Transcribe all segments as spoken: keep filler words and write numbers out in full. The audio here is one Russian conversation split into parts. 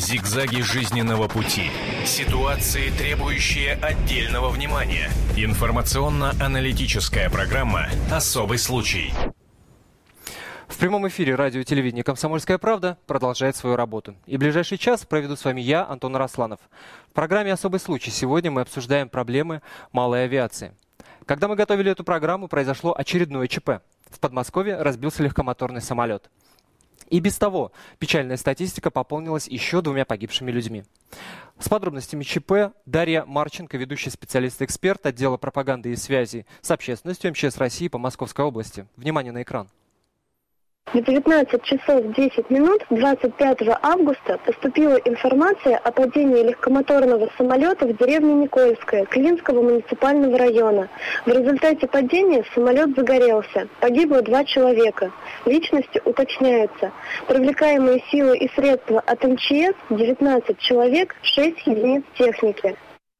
Зигзаги жизненного пути. Ситуации, требующие отдельного внимания. Информационно-аналитическая программа «Особый случай». В прямом эфире радио и телевидение «Комсомольская правда» продолжает свою работу. И ближайший час проведу с вами я, Антон Арасланов. В программе «Особый случай» сегодня мы обсуждаем проблемы малой авиации. Когда мы готовили эту программу, произошло очередное ЧП. В Подмосковье разбился легкомоторный самолет. И без того печальная статистика пополнилась еще двумя погибшими людьми. С подробностями ЧП Дарья Марченко, ведущий специалист-эксперт отдела пропаганды и связи с общественностью эм че эс России по Московской области. Внимание на экран. В девятнадцать часов десять минут двадцать пятого августа поступила информация о падении легкомоторного самолета в деревне Никольская Клинского муниципального района. В результате падения самолет загорелся. Погибло два человека. Личности уточняются. Привлекаемые силы и средства от эм че эс девятнадцать человек, шесть единиц техники.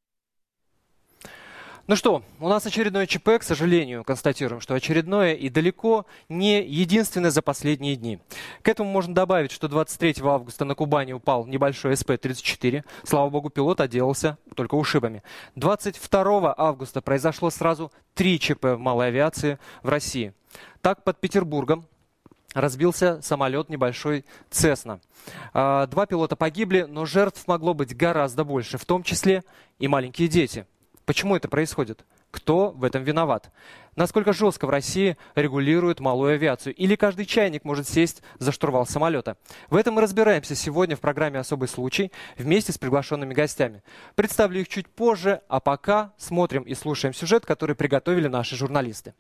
Ну что, у нас очередное ЧП, к сожалению, констатируем, что очередное и далеко не единственное за последние дни. К этому можно добавить, что двадцать третьего августа на Кубани упал небольшой эс пэ тридцать четыре. Слава богу, пилот отделался только ушибами. двадцать второго августа произошло сразу три ЧП в малой авиации в России. Так, под Петербургом разбился самолет небольшой «Цесна». Два пилота погибли, но жертв могло быть гораздо больше, в том числе и маленькие дети. Почему это происходит? Кто в этом виноват? Насколько жестко в России регулируют малую авиацию? Или каждый чайник может сесть за штурвал самолета? В этом мы разбираемся сегодня в программе «Особый случай» вместе с приглашенными гостями. Представлю их чуть позже, а пока смотрим и слушаем сюжет, который приготовили наши журналисты.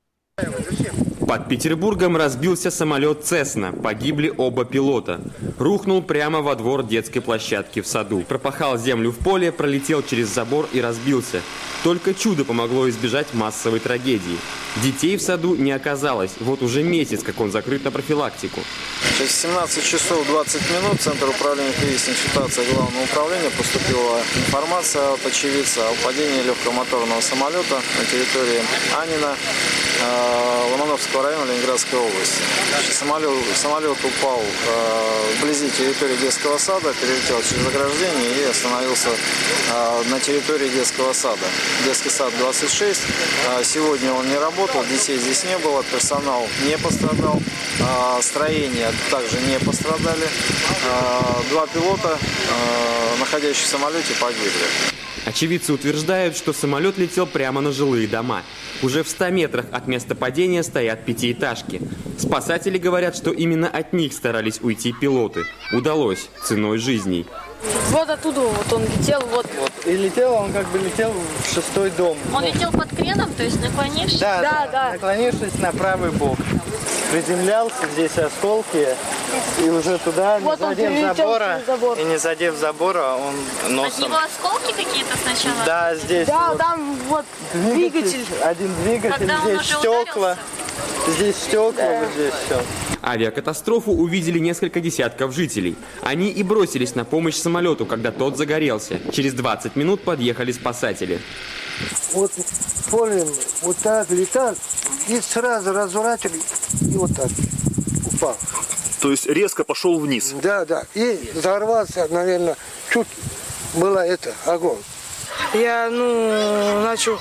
Под Петербургом разбился самолет «Цесна». Погибли оба пилота. Рухнул прямо во двор детской площадки в саду. Пропахал землю в поле, пролетел через забор и разбился. Только чудо помогло избежать массовой трагедии. Детей в саду не оказалось. Вот уже месяц, как он закрыт на профилактику. Через семнадцать часов двадцать минут в Центр управления кризисной ситуации Главного управления поступила информация от очевидца о падении легкомоторного самолета на территории Анина, Ломоновского района Ленинградской области. Самолет, самолет упал э, вблизи территории детского сада, перелетел через ограждение и остановился э, на территории детского сада. Детский сад двадцать шесть. Э, сегодня он не работал, детей здесь не было, персонал не пострадал, э, строения также не пострадали. Э, два пилота, э, находящиеся в самолете, погибли. Очевидцы утверждают, что самолет летел прямо на жилые дома. Уже в ста метрах от места падения стоят пятиэтажки. Спасатели говорят, что именно от них старались уйти пилоты. Удалось ценой жизней. Вот оттуда вот он летел, вот. вот. И летел он как бы летел в шестой дом. Он летел под креном, то есть наклонившись? Да, да, да, да. наклонившись на правый бок. Приземлялся, здесь осколки, и уже туда, вот не задев забора, забор. и не задев забора, он носом... От него осколки какие-то сначала? Да, здесь Да, вот там вот двигатель. двигатель. Один двигатель, когда здесь он уже стекла, ударился? здесь стекла, да. Вот здесь все. Авиакатастрофу увидели несколько десятков жителей. Они и бросились на помощь самолету, когда тот загорелся. Через двадцать минут подъехали спасатели. Вот полем вот так летал, и сразу разворачивали, и вот так упал. То есть резко пошел вниз? Да, да. И взорвался, наверное, чуть было это, огонь. Я, ну, начал,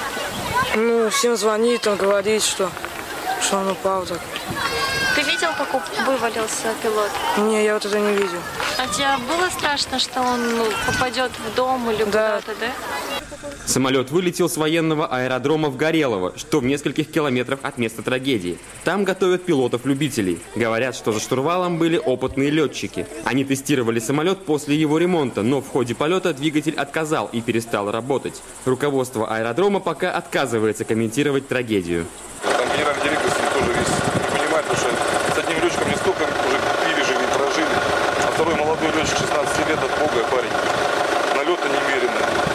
ну, всем звонить, он говорит, что, что он упал так. Ты видел, как вывалился пилот? Не, я вот это не видел. А тебе было страшно, что он ну, попадет в дом или да. куда-то, да? Самолет вылетел с военного аэродрома в Горелово, что в нескольких километрах от места трагедии. Там готовят пилотов-любителей. Говорят, что за штурвалом были опытные летчики. Они тестировали самолет после его ремонта, но в ходе полета двигатель отказал и перестал работать. Руководство аэродрома пока отказывается комментировать трагедию. Там генеральный директор тоже весь не понимает, потому что с одним летчиком не столько уже пили же, не прожили, а второй молодой летчик, шестнадцати лет, от бога парень. Налета немерено.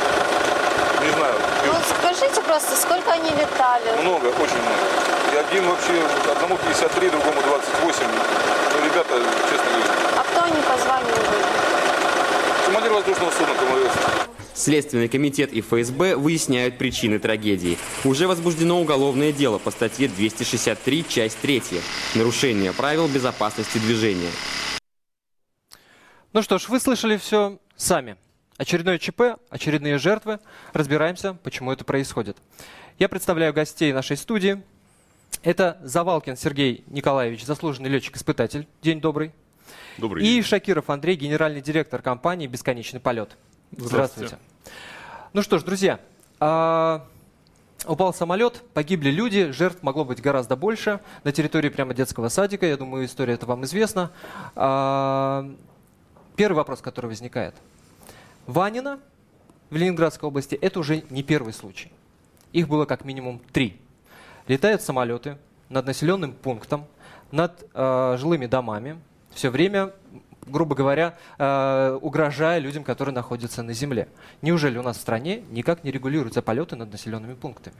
Не знаю. Ну, скажите просто, сколько они летали? Много, очень много. И один вообще, одному пятьдесят три, другому двадцать восемь. Ну, ребята, честно говоря. А кто они по званию были? Командир воздушного судна, КМС. Следственный комитет и эф эс бэ выясняют причины трагедии. Уже возбуждено уголовное дело по статье двести шестьдесят три, часть третья. Нарушение правил безопасности движения. Ну что ж, вы слышали все сами. Очередное ЧП, очередные жертвы. Разбираемся, почему это происходит. Я представляю гостей нашей студии. Это Завалкин Сергей Николаевич, заслуженный летчик-испытатель. День добрый. Добрый И день. Шакиров Андрей, генеральный директор компании «Бесконечный полет». Здравствуйте. Здравствуйте. Ну что ж, друзья, а, упал самолет, погибли люди, жертв могло быть гораздо больше. На территории прямо детского садика, я думаю, история эта вам известна. А, первый вопрос, который возникает. Ванино в Ленинградской области – это уже не первый случай. Их было как минимум три. Летают самолеты над населенным пунктом, над э, жилыми домами, все время, грубо говоря, э, угрожая людям, которые находятся на земле. Неужели у нас в стране никак не регулируются полеты над населенными пунктами?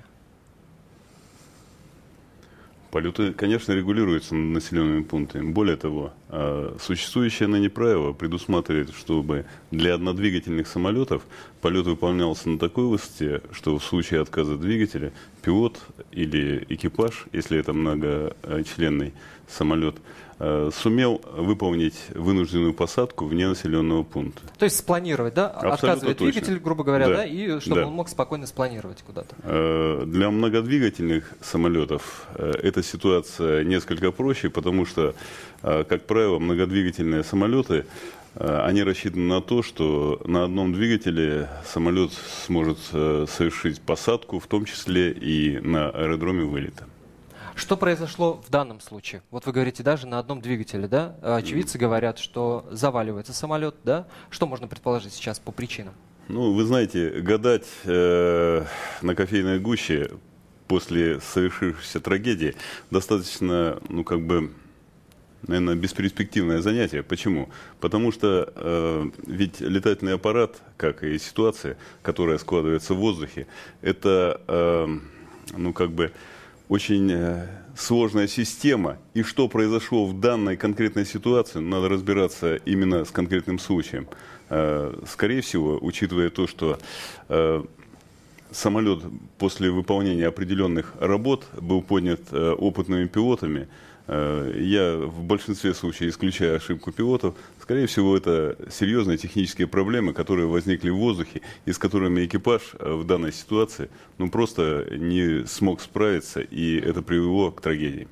Полеты, конечно, регулируются над населенными пунктами. Более того, существующее ныне правило предусматривает, чтобы для однодвигательных самолетов полет выполнялся на такой высоте, что в случае отказа двигателя пилот или экипаж, если это многочленный самолет, сумел выполнить вынужденную посадку вне населенного пункта. То есть спланировать, да? Абсолютно Отказывает точно. двигатель, грубо говоря, да, да, и чтобы да. он мог спокойно спланировать куда-то. Для многодвигательных самолетов эта ситуация несколько проще, потому что, как правило, многодвигательные самолеты, они рассчитаны на то, что на одном двигателе самолет сможет совершить посадку, в том числе и на аэродроме вылета. Что произошло в данном случае? Вот вы говорите, даже на одном двигателе, да? Очевидцы говорят, что заваливается самолет, да? Что можно предположить сейчас по причинам? Ну, вы знаете, гадать э, на кофейной гуще после совершившейся трагедии достаточно, ну, как бы, наверное, бесперспективное занятие. Почему? Потому что э, ведь летательный аппарат, как и ситуация, которая складывается в воздухе, это, э, ну, как бы, очень э, сложная система, и что произошло в данной конкретной ситуации, надо разбираться именно с конкретным случаем. Э, скорее всего, учитывая то, что э, самолет после выполнения определенных работ был поднят э, опытными пилотами, э, я в большинстве случаев исключаю ошибку пилотов, скорее всего, это серьезные технические проблемы, которые возникли в воздухе, и с которыми экипаж в данной ситуации ну, просто не смог справиться, и это привело к трагедии.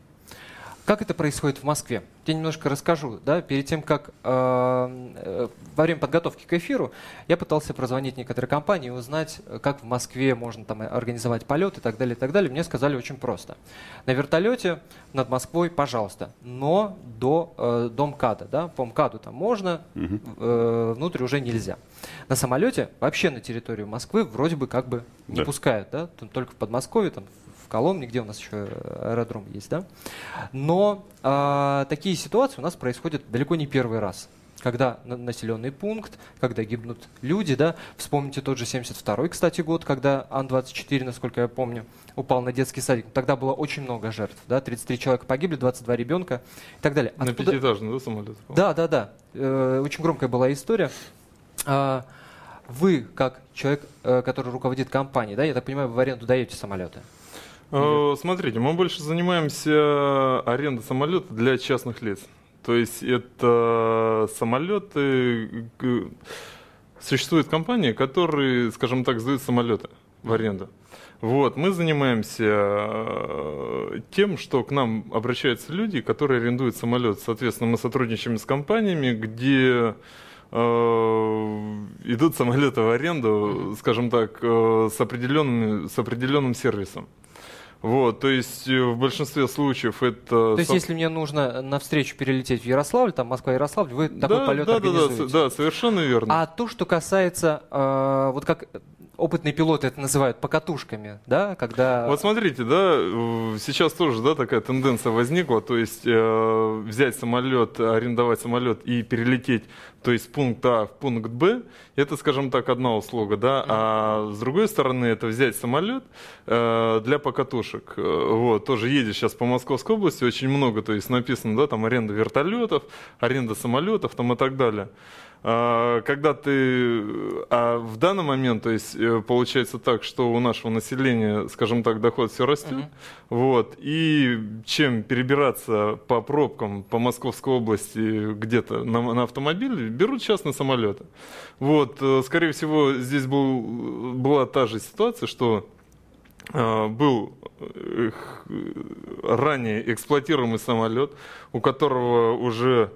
Как это происходит в Москве? Я немножко расскажу. Да? Перед тем, как э, э, во время подготовки к эфиру я пытался прозвонить некоторые компании и узнать, как в Москве можно там организовать полет и так далее, и так далее. Мне сказали очень просто. На вертолете над Москвой, пожалуйста, но до, э, до МКАДа. Да? По МКАДу там можно, угу. э, внутрь уже нельзя. На самолете вообще на территорию Москвы вроде бы как бы не да. пускают. Да? Только в Подмосковье, там, в Коломне, где у нас еще аэродром есть. Да? Но э, такие ситуации у нас происходят далеко не первый раз. Когда населенный пункт, когда гибнут люди, да, вспомните тот же семьдесят второй, кстати, год, когда Ан двадцать четыре, насколько я помню, упал на детский садик. Тогда было очень много жертв, да, тридцать три человека погибли, двадцать два ребенка и так далее. На Откуда... пятиэтажный, да, самолет? Да, да, да. Э, очень громкая была история. А, вы, как человек, э, который руководит компанией, да, я так понимаю, вы в аренду даете самолеты? Или... Смотрите, мы больше занимаемся арендой самолета для частных лиц. То есть это самолеты, существуют компании, которые, скажем так, сдают самолеты в аренду. Вот, мы занимаемся тем, что к нам обращаются люди, которые арендуют самолет. Соответственно, мы сотрудничаем с компаниями, где э, идут самолеты в аренду, скажем так, э, с, определенным, с определенным сервисом. Вот, то есть в большинстве случаев это... То есть если мне нужно навстречу перелететь в Ярославль, там Москва-Ярославль, вы такой да, полет да, организуете? Да, да, да, совершенно верно. А то, что касается, э, вот как опытные пилоты это называют, покатушками, да, когда... Вот смотрите, да, сейчас тоже, да, такая тенденция возникла, то есть э, взять самолет, арендовать самолет и перелететь, то есть с пункта А в пункт Б, это, скажем так, одна услуга, да, а с другой стороны, это взять самолет э, для покатушек. Вот, тоже едешь сейчас по Московской области, очень много, то есть написано, да, там аренда вертолетов, аренда самолетов, там и так далее. Когда ты, а в данный момент, то есть получается так, что у нашего населения, скажем так, доход все растет, uh-huh. вот, и чем перебираться по пробкам по Московской области где-то на, на автомобиле, берут частные самолеты. Вот, скорее всего, здесь был, была та же ситуация, что был ранее эксплуатируемый самолет, у которого уже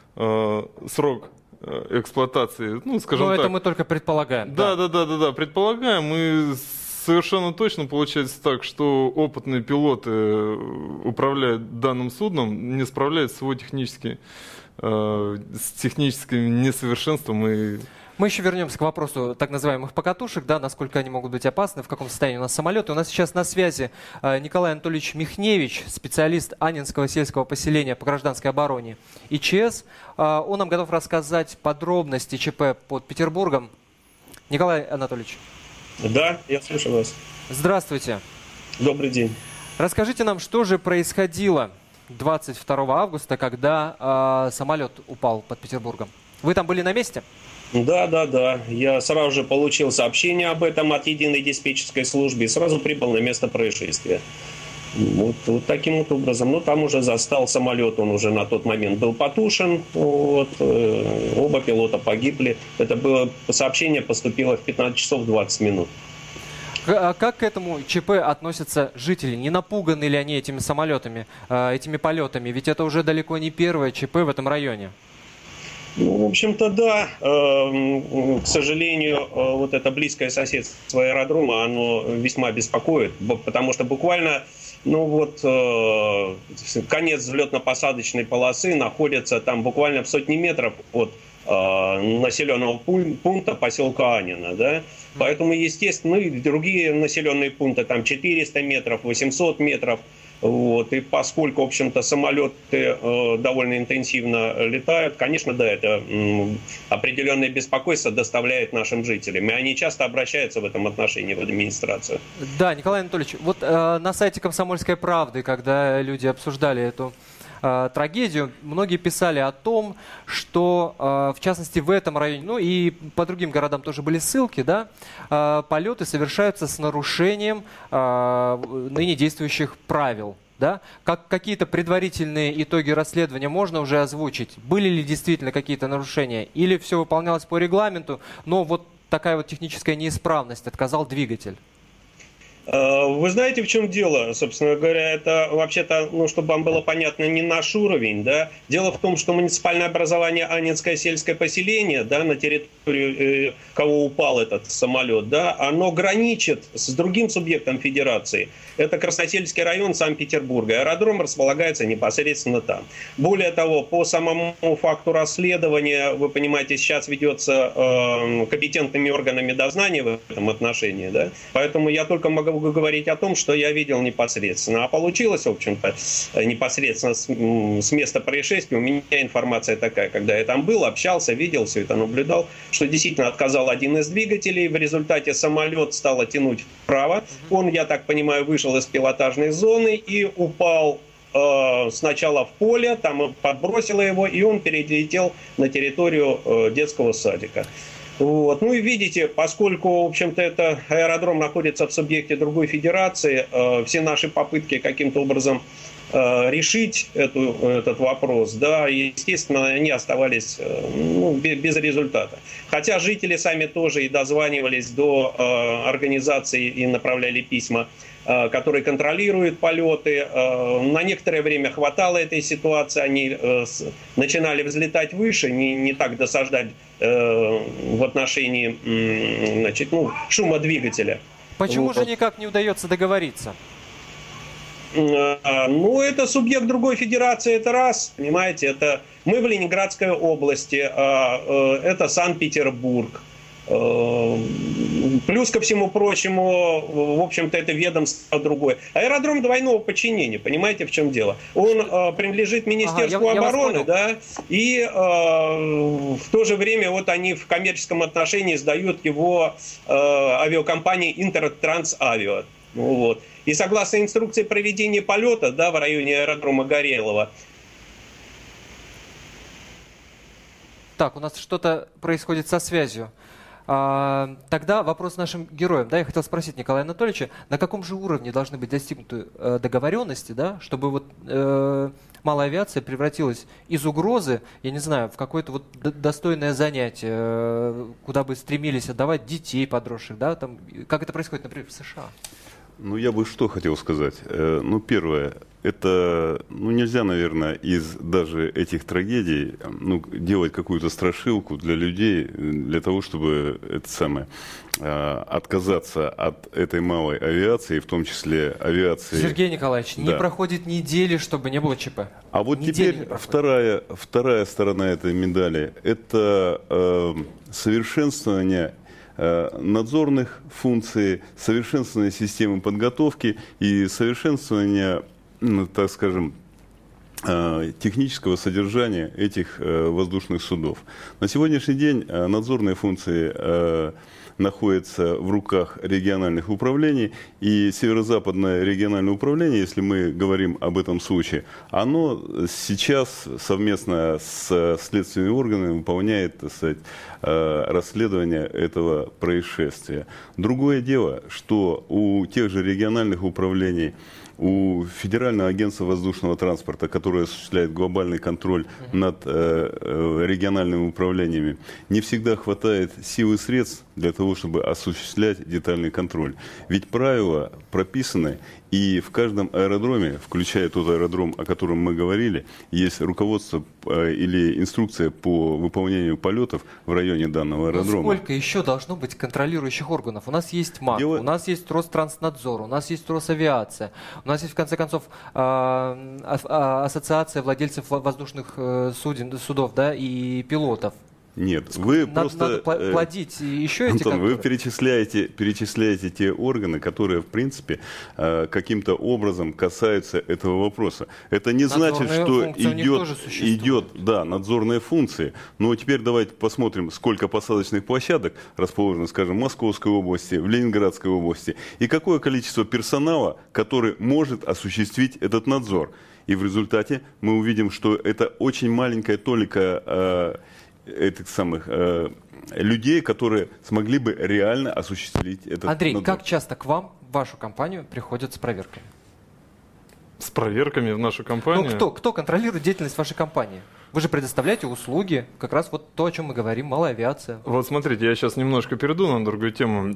срок эксплуатации, ну, скажем Но так. Но это мы только предполагаем. Да, да, да, да, да, предполагаем. И совершенно точно получается так, что опытные пилоты, управляя данным судном, не справляются с его технически, э, с техническим несовершенством и... Мы еще вернемся к вопросу так называемых покатушек, да, насколько они могут быть опасны, в каком состоянии у нас самолеты. У нас сейчас на связи Николай Анатольевич Михневич, специалист Аннинского сельского поселения по гражданской обороне ИЧС. Он нам готов рассказать подробности ЧП под Петербургом. Николай Анатольевич. Да, я слушаю вас. Здравствуйте. Добрый день. Расскажите нам, что же происходило двадцать второго августа, когда э, самолет упал под Петербургом. Вы там были на месте? Да, да, да. Я сразу же получил сообщение об этом от единой диспетчерской службы и сразу прибыл на место происшествия. Вот, вот таким вот образом. Ну, там уже застал самолет, он уже на тот момент был потушен. Вот, э, оба пилота погибли. Это было сообщение поступило в пятнадцать часов двадцать минут. А как к этому ЧП относятся жители? Не напуганы ли они этими самолетами, этими полетами? Ведь это уже далеко не первое ЧП в этом районе. Ну, в общем-то, да. К сожалению, вот это близкое соседство аэродрома, оно весьма беспокоит, потому что буквально, ну вот, конец взлетно-посадочной полосы находится там буквально в сотни метров от населенного пункта поселка Аннино, да. Поэтому, естественно, ну и другие населенные пункты, там четыреста метров, восемьсот метров. Вот. И поскольку, в общем-то, самолеты э, довольно интенсивно летают, конечно, да, это м, определенное беспокойство доставляет нашим жителям. И они часто обращаются в этом отношении в администрацию. Да, Николай Анатольевич, вот э, на сайте «Комсомольской правды», когда люди обсуждали эту э, трагедию, многие писали о том, что, э, в частности, в этом районе, ну и по другим городам тоже были ссылки, да, э, полеты совершаются с нарушением э, ныне действующих правил. Да? Как какие-то предварительные итоги расследования можно уже озвучить? Были ли действительно какие-то нарушения? Или все выполнялось по регламенту, но вот такая вот техническая неисправность, отказал двигатель? Вы знаете, в чем дело? Собственно говоря, это вообще-то, ну, чтобы вам было понятно, не наш уровень, да. Дело в том, что муниципальное образование Аннинское сельское поселение, да, на территории, э, кого упал этот самолет, да, оно граничит с другим субъектом федерации. Это Красносельский район Санкт-Петербурга. Аэродром располагается непосредственно там. Более того, по самому факту расследования, вы понимаете, сейчас ведется э, компетентными органами дознания в этом отношении, да. Поэтому я только могу говорить о том, что я видел непосредственно. А получилось, в общем-то, непосредственно с, с места происшествия. У меня информация такая, когда я там был, общался, видел все это, наблюдал, что действительно отказал один из двигателей. В результате самолет стало тянуть вправо. Он, я так понимаю, вышел из пилотажной зоны и упал э, сначала в поле, там подбросило его, и он перелетел на территорию э, детского садика. Вот. Ну и видите, поскольку, в общем-то, это аэродром находится в субъекте другой федерации, э, все наши попытки каким-то образом э, решить эту, этот вопрос, да, естественно, они оставались э, ну, без, без результата. Хотя жители сами тоже и дозванивались до э, организации и направляли письма, э, которые контролируют полеты. Э, на некоторое время хватало этой ситуации, они э, с, начинали взлетать выше, не, не так досаждать в отношении, значит, ну, шума двигателя. Почему вот. же никак не удается договориться? Ну, это субъект другой федерации, это раз, понимаете, это мы в Ленинградской области, это Санкт-Петербург. Плюс ко всему прочему, в общем-то, это ведомство другое. Аэродром двойного подчинения, понимаете, в чем дело? Он э, принадлежит Министерству ага, я, обороны, я да, и э, в то же время вот они в коммерческом отношении сдают его э, авиакомпании Интертрансавиа. Вот. И согласно инструкции проведения полета, да, в районе аэродрома Горелого, Так, у нас что-то происходит со связью. А, тогда вопрос нашим героям. Да, я хотел спросить Николая Анатольевича, на каком же уровне должны быть достигнуты э, договоренности, да, чтобы вот э, малая авиация превратилась из угрозы, я не знаю, в какое-то вот достойное занятие, э, куда бы стремились отдавать детей подросших, да, там, как это происходит, например, в США? Ну, я бы что хотел сказать. Э, ну, первое, это, ну, нельзя, наверное, из даже этих трагедий, ну, делать какую-то страшилку для людей, для того, чтобы, это самое, э, отказаться от этой малой авиации, в том числе авиации... Сергей Николаевич, да. не проходит недели, чтобы не было ЧП. А вот Недели теперь вторая, вторая сторона этой медали, это э, совершенствование надзорных функций, совершенствование системы подготовки и совершенствование, ну, так скажем, технического содержания этих воздушных судов. На сегодняшний день надзорные функции находятся в руках региональных управлений, и Северо-Западное региональное управление, если мы говорим об этом случае, оно сейчас совместно с следственными органами выполняет, так сказать, расследование этого происшествия. Другое дело, что у тех же региональных управлений, у Федерального агентства воздушного транспорта, которое осуществляет глобальный контроль над э, региональными управлениями, не всегда хватает сил и средств для того, чтобы осуществлять детальный контроль. Ведь правила прописаны, и в каждом аэродроме, включая тот аэродром, о котором мы говорили, есть руководство э, или инструкция по выполнению полетов в районе данного аэродрома. Но сколько еще должно быть контролирующих органов? У нас есть МАК, Дело... у нас есть Ространснадзор, у нас есть Росавиация, у нас есть, в конце концов, ассоциация владельцев воздушных суден, судов, да, и пилотов. Нет, вы надо, просто... Надо плодить еще эти... Антон, вы перечисляете, перечисляете те органы, которые, в принципе, каким-то образом касаются этого вопроса. Это не значит, что идет, идет, да, надзорные функции. Но теперь давайте посмотрим, сколько посадочных площадок расположено, скажем, в Московской области, в Ленинградской области, и какое количество персонала, который может осуществить этот надзор. И в результате мы увидим, что это очень маленькая толика этих самых э, людей, которые смогли бы реально осуществить этот Андрей, надзор. как часто к вам, в вашу компанию, приходят с проверками? С проверками в нашу компанию? Ну, кто, кто контролирует деятельность вашей компании? Вы же предоставляете услуги, как раз вот то, о чем мы говорим, малая авиация. Вот смотрите, я сейчас немножко перейду на другую тему.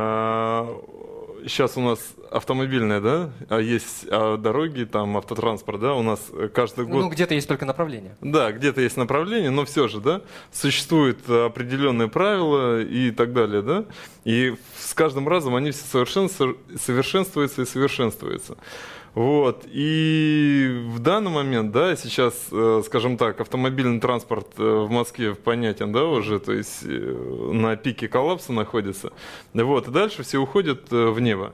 Сейчас у нас автомобильная, да, а есть а дороги, там автотранспорт, да, у нас каждый год... Ну, где-то есть только направление. Да, где-то есть направление, но все же, да, существуют определенные правила и так далее, да, и с каждым разом они все совершенствуются и совершенствуются. Вот, и в данный момент, да, сейчас, скажем так, автомобильный транспорт в Москве понятен, да, уже, то есть на пике коллапса находится, вот, и дальше все уходят в небо.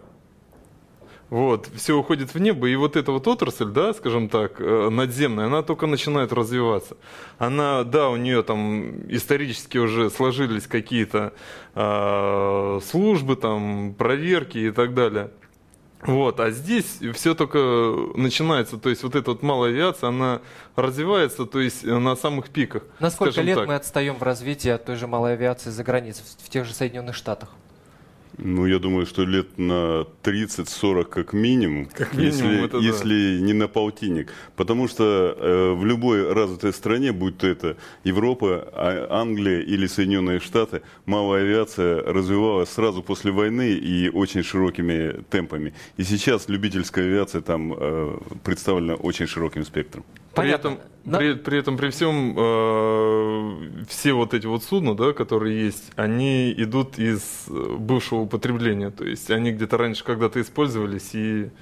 Вот, все уходит в небо, и вот эта вот отрасль, да, скажем так, надземная, она только начинает развиваться. Она, да, у нее там исторически уже сложились какие-то э, службы, там, проверки и так далее. Вот, а здесь все только начинается, то есть вот эта вот малая авиация, она развивается, то есть на самых пиках. На сколько лет так. мы отстаем в развитии от той же малой авиации за границей, в, в тех же Соединенных Штатах? Ну, я думаю, что лет на тридцать-сорок как минимум, как минимум если, это если да. не на полтинник. Потому что э, в любой развитой стране, будь то это Европа, Англия или Соединенные Штаты, малая авиация развивалась сразу после войны и очень широкими темпами. И сейчас любительская авиация там э, представлена очень широким спектром. При этом, да? при, при этом, при всем, э, все вот эти вот судна, да, которые есть, они идут из бывшего употребления. То есть они где-то раньше когда-то использовались и...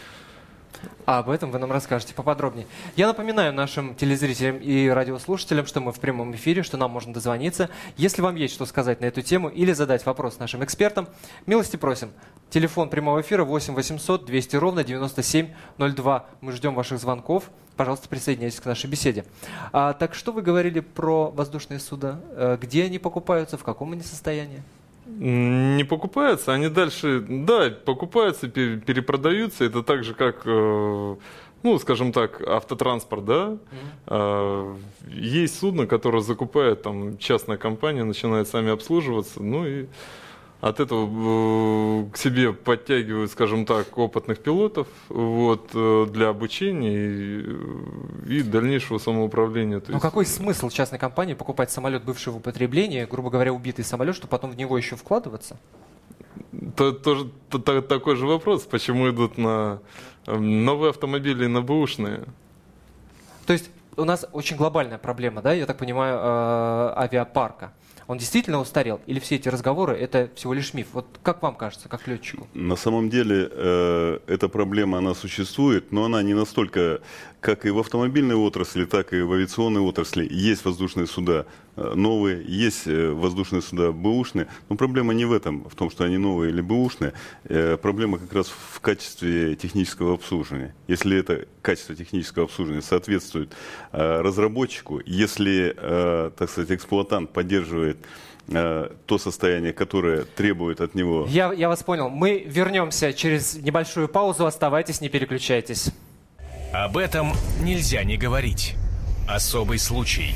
А об этом вы нам расскажете поподробнее. Я напоминаю нашим телезрителям и радиослушателям, что мы в прямом эфире, что нам можно дозвониться. Если вам есть что сказать на эту тему или задать вопрос нашим экспертам, милости просим. Телефон прямого эфира восемь восемьсот двести ровно девяносто семь ноль два. Мы ждем ваших звонков. Пожалуйста, присоединяйтесь к нашей беседе. А, так что вы говорили про воздушные суда? Где они покупаются, в каком они состоянии? Не покупаются, они дальше, да, покупаются, перепродаются. Это так же, как э, ну, скажем так, автотранспорт, да, mm-hmm. есть судно, которое закупает там частная компания, начинает сами обслуживаться, ну и от этого к себе подтягивают, скажем так, опытных пилотов вот, для обучения и, и дальнейшего самоуправления. То Но есть... какой смысл частной компании покупать самолет бывшего употребления, грубо говоря, убитый самолет, чтобы потом в него еще вкладываться? То, тоже то, то, такой же вопрос, почему идут на новые автомобили и на бэушные. То есть у нас очень глобальная проблема, да, я так понимаю, э, авиапарка. Он действительно устарел? Или все эти разговоры – это всего лишь миф? Вот как вам кажется, как летчику? На самом деле, э, эта проблема, она существует, но она не настолько, как и в автомобильной отрасли, так и в авиационной отрасли. Есть воздушные суда новые, есть воздушные суда бэушные, но проблема не в этом, в том, что они новые или бэушные. Э, проблема как раз в качестве технического обслуживания. Если это качество технического обслуживания соответствует э, разработчику, если, э, так сказать, эксплуатант поддерживает то состояние, которое требует от него. Я, я вас понял. Мы вернемся через небольшую паузу. Оставайтесь, не переключайтесь. Об этом нельзя не говорить. Особый случай.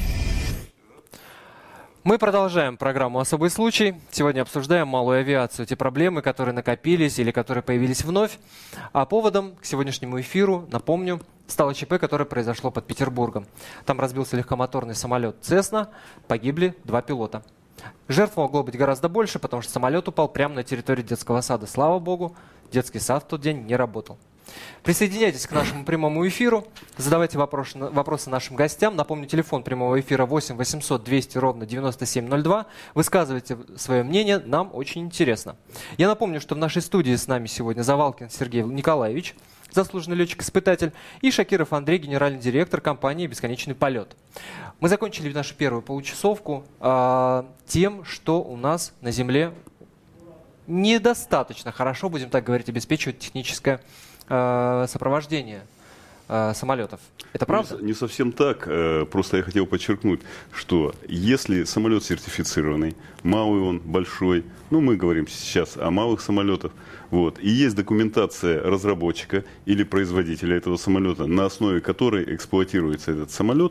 Мы продолжаем программу «Особый случай». Сегодня обсуждаем малую авиацию, те проблемы, которые накопились или которые появились вновь. А поводом к сегодняшнему эфиру, напомню, стало ЧП, которое произошло под Петербургом. Там разбился легкомоторный самолет «Цесна», погибли два пилота. Жертв могло быть гораздо больше, потому что самолет упал прямо на территории детского сада. Слава богу, детский сад в тот день не работал. Присоединяйтесь к нашему прямому эфиру, задавайте вопросы, вопросы нашим гостям. Напомню, телефон прямого эфира восемь восемьсот двести ровно девяносто семь ноль два. Высказывайте свое мнение, нам очень интересно. Я напомню, что в нашей студии с нами сегодня Завалкин Сергей Николаевич, заслуженный летчик-испытатель, и Шакиров Андрей, генеральный директор компании «Бесконечный полет». Мы закончили нашу первую получасовку э, тем, что у нас на Земле недостаточно хорошо, будем так говорить, обеспечивает техническое э, сопровождение э, самолетов. Это правда? Не, не совсем так. Просто я хотел подчеркнуть, что если самолет сертифицированный, малый он, большой, ну мы говорим сейчас о малых самолетах, вот, и есть документация разработчика или производителя этого самолета, на основе которой эксплуатируется этот самолет,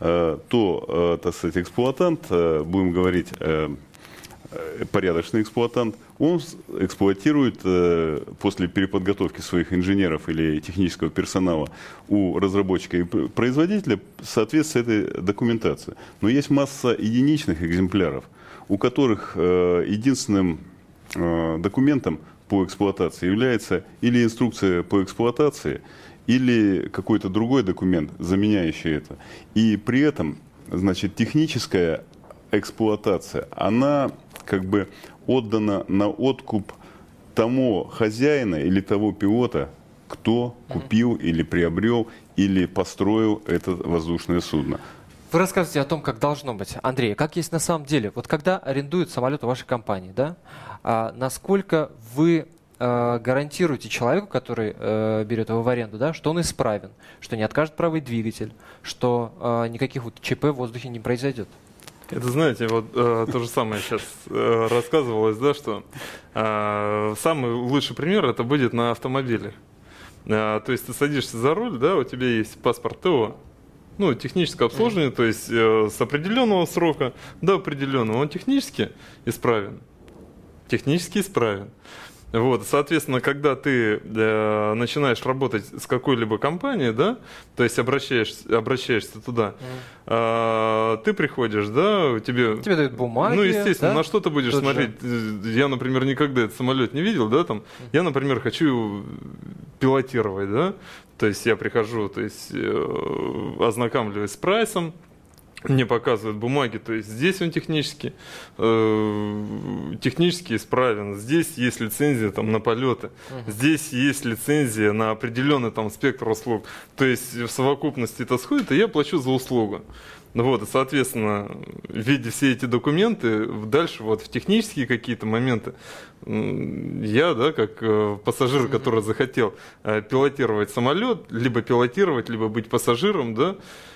то, так сказать, эксплуатант, будем говорить, порядочный эксплуатант, он эксплуатирует э, после переподготовки своих инженеров или технического персонала у разработчика и производителя в соответствии с этой документацией. Но есть масса единичных экземпляров, у которых э, единственным э, документом по эксплуатации является или инструкция по эксплуатации, или какой-то другой документ, заменяющий это. И при этом, значит, техническая эксплуатация, она как бы отдана на откуп тому хозяина или того пилота, кто купил или приобрел или построил это воздушное судно. Вы рассказываете о том, как должно быть. Андрей, как есть на самом деле? Вот когда арендуют самолет у вашей компании, да, а насколько вы э, гарантируете человеку, который э, берет его в аренду, да, что он исправен, что не откажет правый двигатель, что э, никаких вот ЧП в воздухе не произойдет? Это, знаете, вот э, то же самое сейчас э, рассказывалось, да, что э, самый лучший пример это будет на автомобиле. Э, то есть ты садишься за руль, да, у тебя есть паспорт ТО, ну, техническое обслуживание, то есть э, с определенного срока до определенного, он технически исправен. Технически исправен. Вот, соответственно, когда ты э, начинаешь работать с какой-либо компанией, да, то есть обращаешься, обращаешься туда, mm. э, ты приходишь, да, тебе... Тебе дают бумаги, ну, естественно, да? на что ты будешь Тут смотреть? Же. Я, например, никогда этот самолет не видел, да, там, mm. я, например, хочу пилотировать, да, то есть я прихожу, то есть э, ознакомливаюсь с прайсом, мне показывают бумаги, то есть здесь он технически, э, технически исправен, здесь есть лицензия там, на полеты, uh-huh. здесь есть лицензия на определенный там, спектр услуг, то есть в совокупности это сходит, и я плачу за услугу. Вот, и, соответственно, видя все эти документы, дальше вот в технические какие-то моменты, я, да, как э, пассажир, который захотел э, пилотировать самолет, либо пилотировать, либо быть пассажиром, да,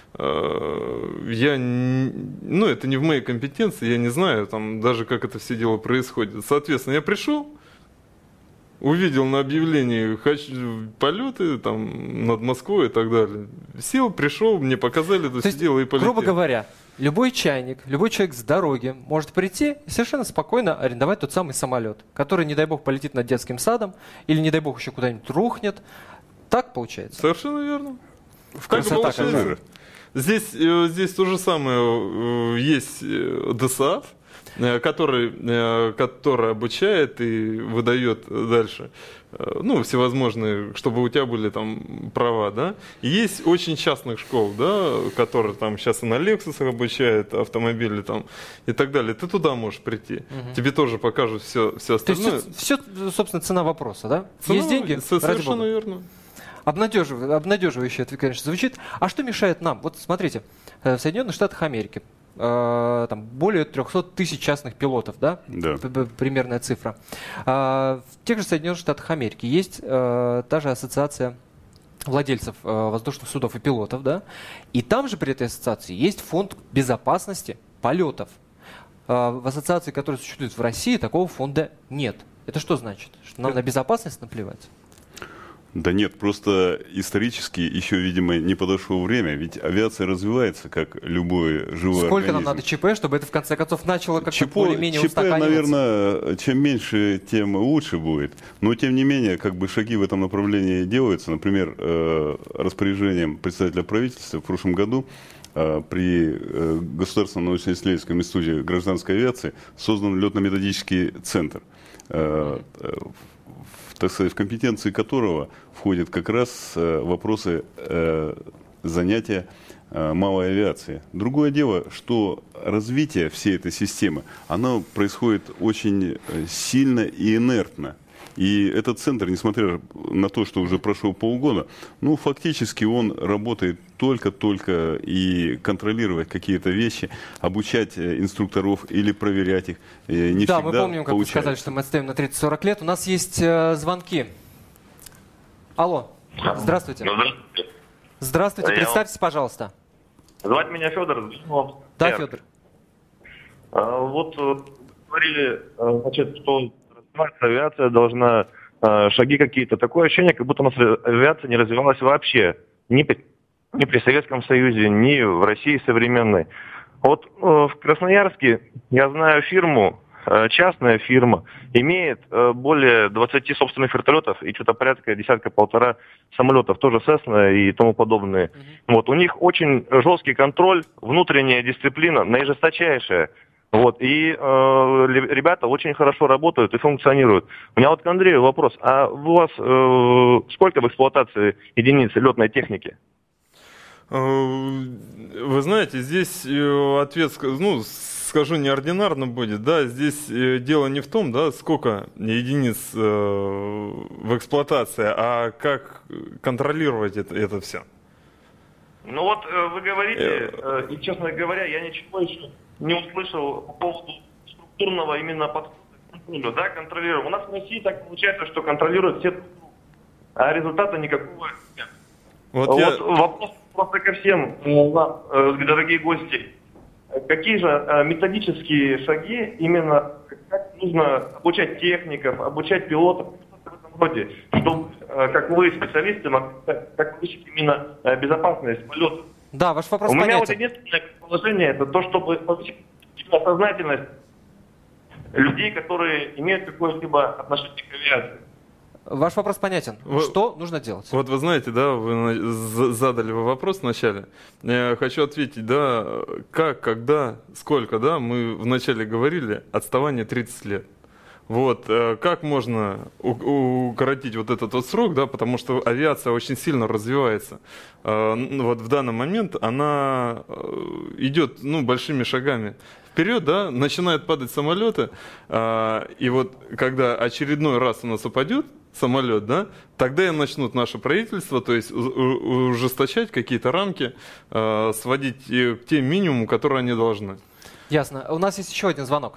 я, ну, это не в моей компетенции, я не знаю, там, даже как это все дело происходит. Соответственно, я пришел, увидел на объявлении хочу, полеты там, над Москвой и так далее. Сел, пришел, мне показали это все дело и полетел. Грубо говоря, любой чайник, любой человек с дороги может прийти и совершенно спокойно арендовать тот самый самолет, который, не дай бог, полетит над детским садом или, не дай бог, еще куда-нибудь рухнет. Так получается? Совершенно верно. В так получается. Здесь, здесь то же самое. Есть ДСАФ, который, который обучает и выдает дальше, ну, всевозможные, чтобы у тебя были там права, да. И есть очень частных школ, да, которые там сейчас и на Lexus обучают автомобили там и так далее. Ты туда можешь прийти. Угу. Тебе тоже покажут все, все остальное. То есть все, все, собственно, цена вопроса, да? Цена, есть деньги? Совершенно верно. Обнадеживающе, обнадеживающе это, конечно, звучит. А что мешает нам? Вот смотрите, в Соединенных Штатах Америки э, там более трехсот тысяч частных пилотов, да? Да. Примерная цифра. А в тех же Соединенных Штатах Америки есть э, та же ассоциация владельцев э, воздушных судов и пилотов, да? И там же при этой ассоциации есть фонд безопасности полетов. Э, в ассоциации, которая существует в России, такого фонда нет. Это что значит? Что нам на безопасность наплевать? Да нет, просто исторически еще, видимо, не подошло время, ведь авиация развивается, как любой живой Сколько организм. нам надо ЧП, чтобы это в конце концов начало как-то ЧП, более-менее ЧП, устаканиваться? наверное, чем меньше, тем лучше будет. Но, тем не менее, как бы шаги в этом направлении делаются. Например, распоряжением председателя правительства в прошлом году при Государственном научно-исследовательском институте гражданской авиации создан летно-методический центр, так сказать, в компетенции которого входят как раз вопросы занятия малой авиации. Другое дело, что развитие всей этой системы, оно происходит очень сильно и инертно. И этот центр, несмотря на то, что уже прошло полгода, ну, фактически он работает только-только, и контролировать какие-то вещи, обучать инструкторов или проверять их не да, всегда мы помним, как получается. вы сказали, что мы отстаем на тридцать-сорок лет. У нас есть э, звонки. Алло, здравствуйте. Здравствуйте. Здравствуйте, представьтесь, пожалуйста. Звать меня Федор. Да, Федор. А, вот говорили, значит, что авиация должна, шаги какие-то. Такое ощущение, как будто у нас авиация не развивалась вообще. Ни при, ни при Советском Союзе, ни в России современной. Вот в Красноярске я знаю фирму, частная фирма, имеет более двадцати собственных вертолетов и что-то порядка десятка-полтора самолетов, тоже Cessna и тому подобные. Mm-hmm. Вот, у них очень жесткий контроль, внутренняя дисциплина, наижесточайшая. Вот, и э, ребята очень хорошо работают и функционируют. У меня вот к Андрею вопрос. А у вас э, сколько в эксплуатации единиц летной техники? Вы знаете, здесь ответ, ну, скажу, неординарно будет, да, здесь дело не в том, да, сколько единиц э, в эксплуатации, а как контролировать это, это все. Ну вот э, вы говорите, э, и, честно говоря, я ничего еще не услышал по поводу структурного именно подхода к контролю, да, контролируем. У нас в России так получается, что контролируют все, а результата никакого нет. Вот, вот я... вопрос просто ко всем вам, дорогие гости. Какие же методические шаги именно, как нужно обучать техников, обучать пилотов, в этом роде, чтобы, как вы, специалисты, могли как повысить именно безопасность полета? Да, ваш вопрос У меня понятен. вот единственное положение, это то, чтобы повысить сознательность людей, которые имеют какое-либо отношение к авиации. Ваш вопрос понятен. Вот, что нужно делать? Вот вы знаете, да, вы задали вы вопрос вначале. Я хочу ответить, да, как, когда, сколько, да, мы вначале говорили, отставание тридцать лет. Вот, как можно укоротить вот этот вот срок, да, потому что авиация очень сильно развивается. Вот в данный момент она идет, ну, большими шагами вперед, да, начинают падать самолеты, и вот когда очередной раз у нас упадет самолет, да, тогда и начнут наше правительство, то есть ужесточать какие-то рамки, сводить к тем минимуму, которые они должны. Ясно. У нас есть еще один звонок.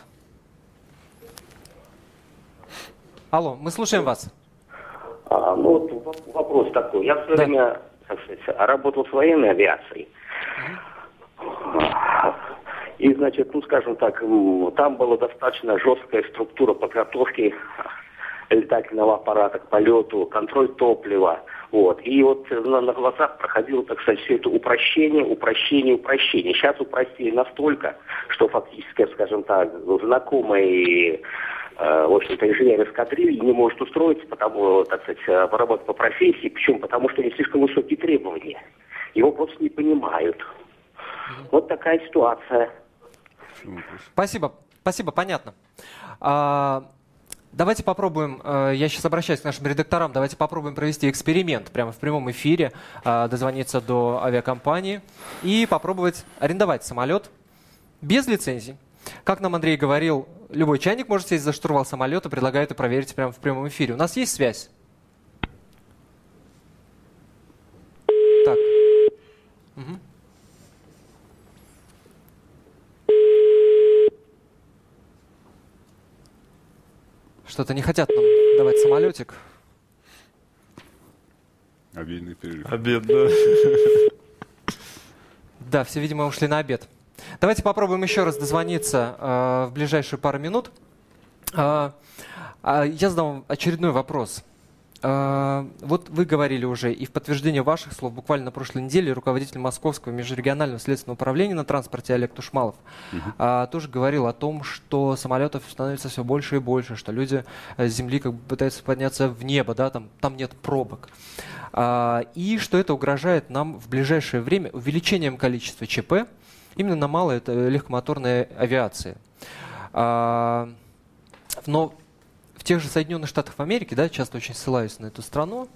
Алло, мы слушаем вас. А, ну вот вопрос такой. Я в свое да. время, так сказать, работал с военной авиацией. Mm-hmm. И, значит, ну, скажем так, там была достаточно жесткая структура подготовки летательного аппарата к полету, контроль топлива. Вот. И вот на, на глазах проходило, так сказать, все это упрощение, упрощение, упрощение. Сейчас упростили настолько, что фактически, скажем так, знакомый, э, в общем-то, инженер эскадрильи не может устроиться, потому, так сказать, поработать по профессии. Почему? Потому что у него слишком высокие требования. Его просто не понимают. Вот такая ситуация. Спасибо. Спасибо, понятно. А, давайте попробуем, я сейчас обращаюсь к нашим редакторам, давайте попробуем провести эксперимент прямо в прямом эфире, дозвониться до авиакомпании и попробовать арендовать самолет без лицензии. Как нам Андрей говорил, любой чайник может сесть за штурвал самолета, предлагаю это проверить прямо в прямом эфире. У нас есть связь? Так. Угу. Что-то не хотят нам давать самолетик. Обедный перерыв. Обед, да. Да, все, видимо, ушли на обед. Давайте попробуем еще раз дозвониться э, в ближайшие пару минут. Э, э, я задам вам очередной вопрос. Э, вот вы говорили уже, и в подтверждение ваших слов, буквально на прошлой неделе руководитель Московского межрегионального следственного управления на транспорте Олег Тушмалов uh-huh. э, тоже говорил о том, что самолетов становится все больше и больше, что люди с земли как бы пытаются подняться в небо, да, там, там нет пробок. Э, и что это угрожает нам в ближайшее время увеличением количества ЧП, именно на малой легкомоторной авиации. А, но в тех же Соединенных Штатах Америки, да, часто очень ссылаюсь на эту страну,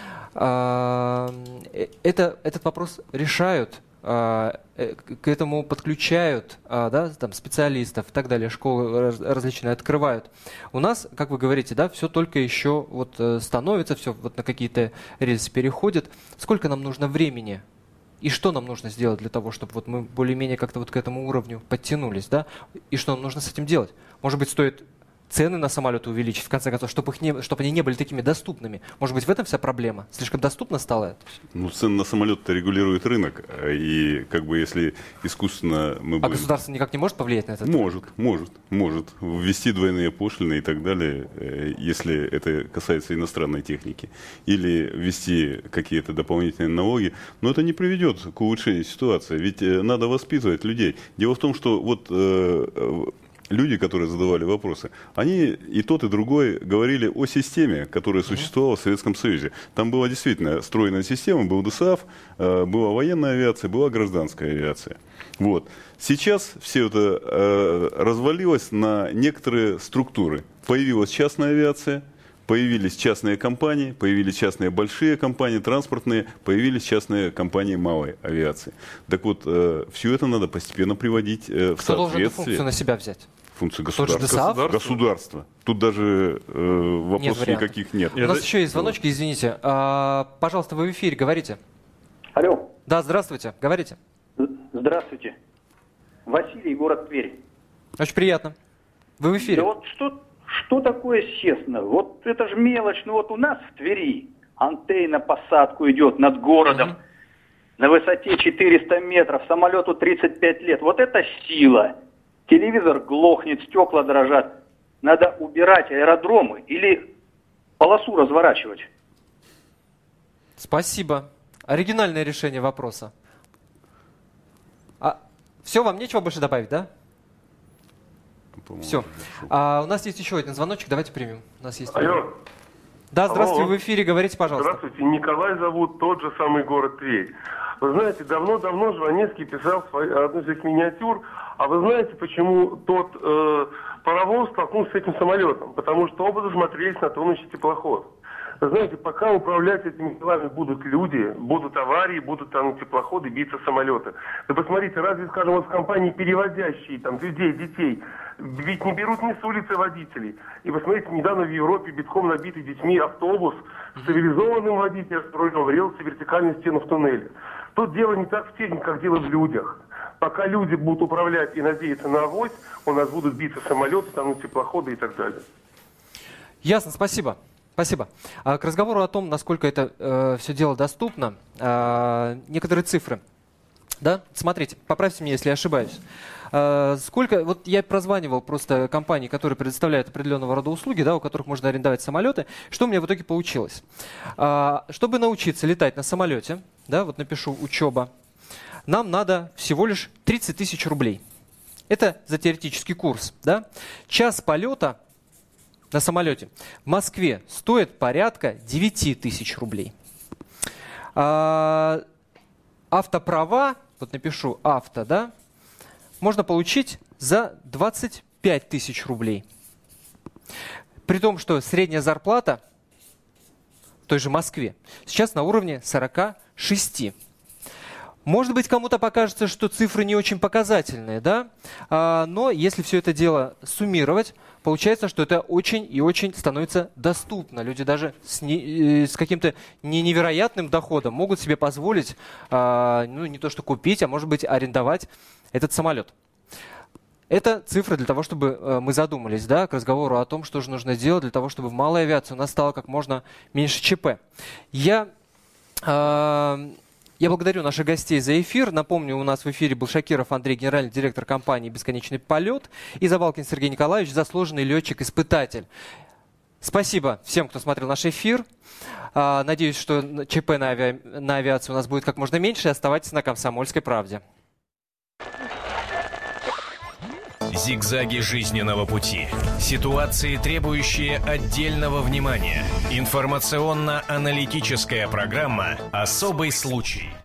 а, это, этот вопрос решают, а, к этому подключают а, да, там, специалистов и так далее, школы раз, различные открывают. У нас, как вы говорите, да, все только еще вот, становится, все вот на какие-то рельсы переходит. Сколько нам нужно времени? И что нам нужно сделать для того, чтобы вот мы более-менее как-то вот к этому уровню подтянулись, да? И что нам нужно с этим делать? Может быть, стоит цены на самолеты увеличить, в конце концов, чтобы, их не, чтобы они не были такими доступными. Может быть, в этом вся проблема? Слишком доступно стало это? Ну, цены на самолет-то регулирует рынок. И как бы если искусственно мы будем... А государство никак не может повлиять на это? Может, может, может. Ввести двойные пошлины и так далее, если это касается иностранной техники. Или ввести какие-то дополнительные налоги. Но это не приведет к улучшению ситуации. Ведь надо воспитывать людей. Дело в том, что вот... люди, которые задавали вопросы, они и тот, и другой говорили о системе, которая существовала в Советском Союзе. Там была действительно стройная система, был ДОСААФ, была военная авиация, была гражданская авиация. Вот. Сейчас все это э, развалилось на некоторые структуры. Появилась частная авиация, появились частные компании, появились частные большие компании, транспортные, появились частные компании малой авиации. Так вот, э, все это надо постепенно приводить э, в Кто соответствие. должен эту функцию на себя взять? Функцию государства. Государство? Государство. Тут даже э, вопросов нет никаких нет. У нас еще есть звоночки, извините. А, пожалуйста, вы в эфире, говорите. Алло. Да, здравствуйте, говорите. Здравствуйте. Василий, город Тверь. Очень приятно. Вы в эфире. Да вот что, что такое Сесна? Вот это же мелочь. Ну вот у нас в Твери антенна посадку идет над городом. Mm-hmm. На высоте четыреста метров, самолету тридцать пять лет. Вот это сила. Телевизор глохнет, стекла дрожат. Надо убирать аэродромы или полосу разворачивать. Спасибо. Оригинальное решение вопроса. А, все, вам нечего больше добавить, да? Все. А, у нас есть еще один звоночек, давайте примем. У нас есть... Алло. Да, здравствуйте, Алло. вы в эфире, говорите, пожалуйста. Здравствуйте, Николай зовут, тот же самый город Тверь. Вы знаете, давно-давно Жванецкий писал одну из этих миниатюр, а вы знаете, почему тот э, паровоз столкнулся с этим самолетом? Потому что оба засмотрелись на тонущий теплоход. Вы знаете, пока управлять этими делами будут люди, будут аварии, будут там теплоходы, биться самолеты. Вы посмотрите, разве, скажем, вот в компании, перевозящие там людей, детей, ведь не берут ни с улицы водителей. И посмотрите, недавно в Европе битком набитый детьми автобус с цивилизованным водителем, строил в рельсы, вертикальную стену в туннеле. Тут дело не так в технике, как дело в людях. Пока люди будут управлять и надеяться на авось, у нас будут биться самолеты, там теплоходы и так далее. Ясно, спасибо. Спасибо. А, к разговору о том, насколько это э, все дело доступно, э, некоторые цифры. Да? Смотрите, поправьте меня, если я ошибаюсь. А, сколько, вот я прозванивал просто компании, которые предоставляют определенного рода услуги, да, у которых можно арендовать самолеты. Что у меня в итоге получилось? А, чтобы научиться летать на самолете, да, вот напишу «учеба», нам надо всего лишь тридцать тысяч рублей. Это за теоретический курс. Да? Час полета на самолете в Москве стоит порядка девять тысяч рублей. А, автоправа, вот напишу авто, да, можно получить за двадцать пять тысяч рублей. При том, что средняя зарплата в той же Москве сейчас на уровне сорок шесть. Может быть, кому-то покажется, что цифры не очень показательные, да? А, но если все это дело суммировать, получается, что это очень и очень становится доступно. Люди даже с, не, с каким-то не невероятным доходом могут себе позволить, а, ну, не то что купить, а может быть, арендовать этот самолет. Это цифры для того, чтобы э, мы задумались, да, к разговору о том, что же нужно делать для того, чтобы в малой авиации у нас стало как можно меньше ЧП. Я... Э, Я благодарю наших гостей за эфир. Напомню, у нас в эфире был Шакиров Андрей, генеральный директор компании «Бесконечный полет», и Завалкин Сергей Николаевич, заслуженный летчик-испытатель. Спасибо всем, кто смотрел наш эфир. Надеюсь, что ЧП на, ави... на авиации у нас будет как можно меньше. Оставайтесь на «Комсомольской правде». Зигзаги жизненного пути. Ситуации, требующие отдельного внимания. Информационно-аналитическая программа «Особый случай».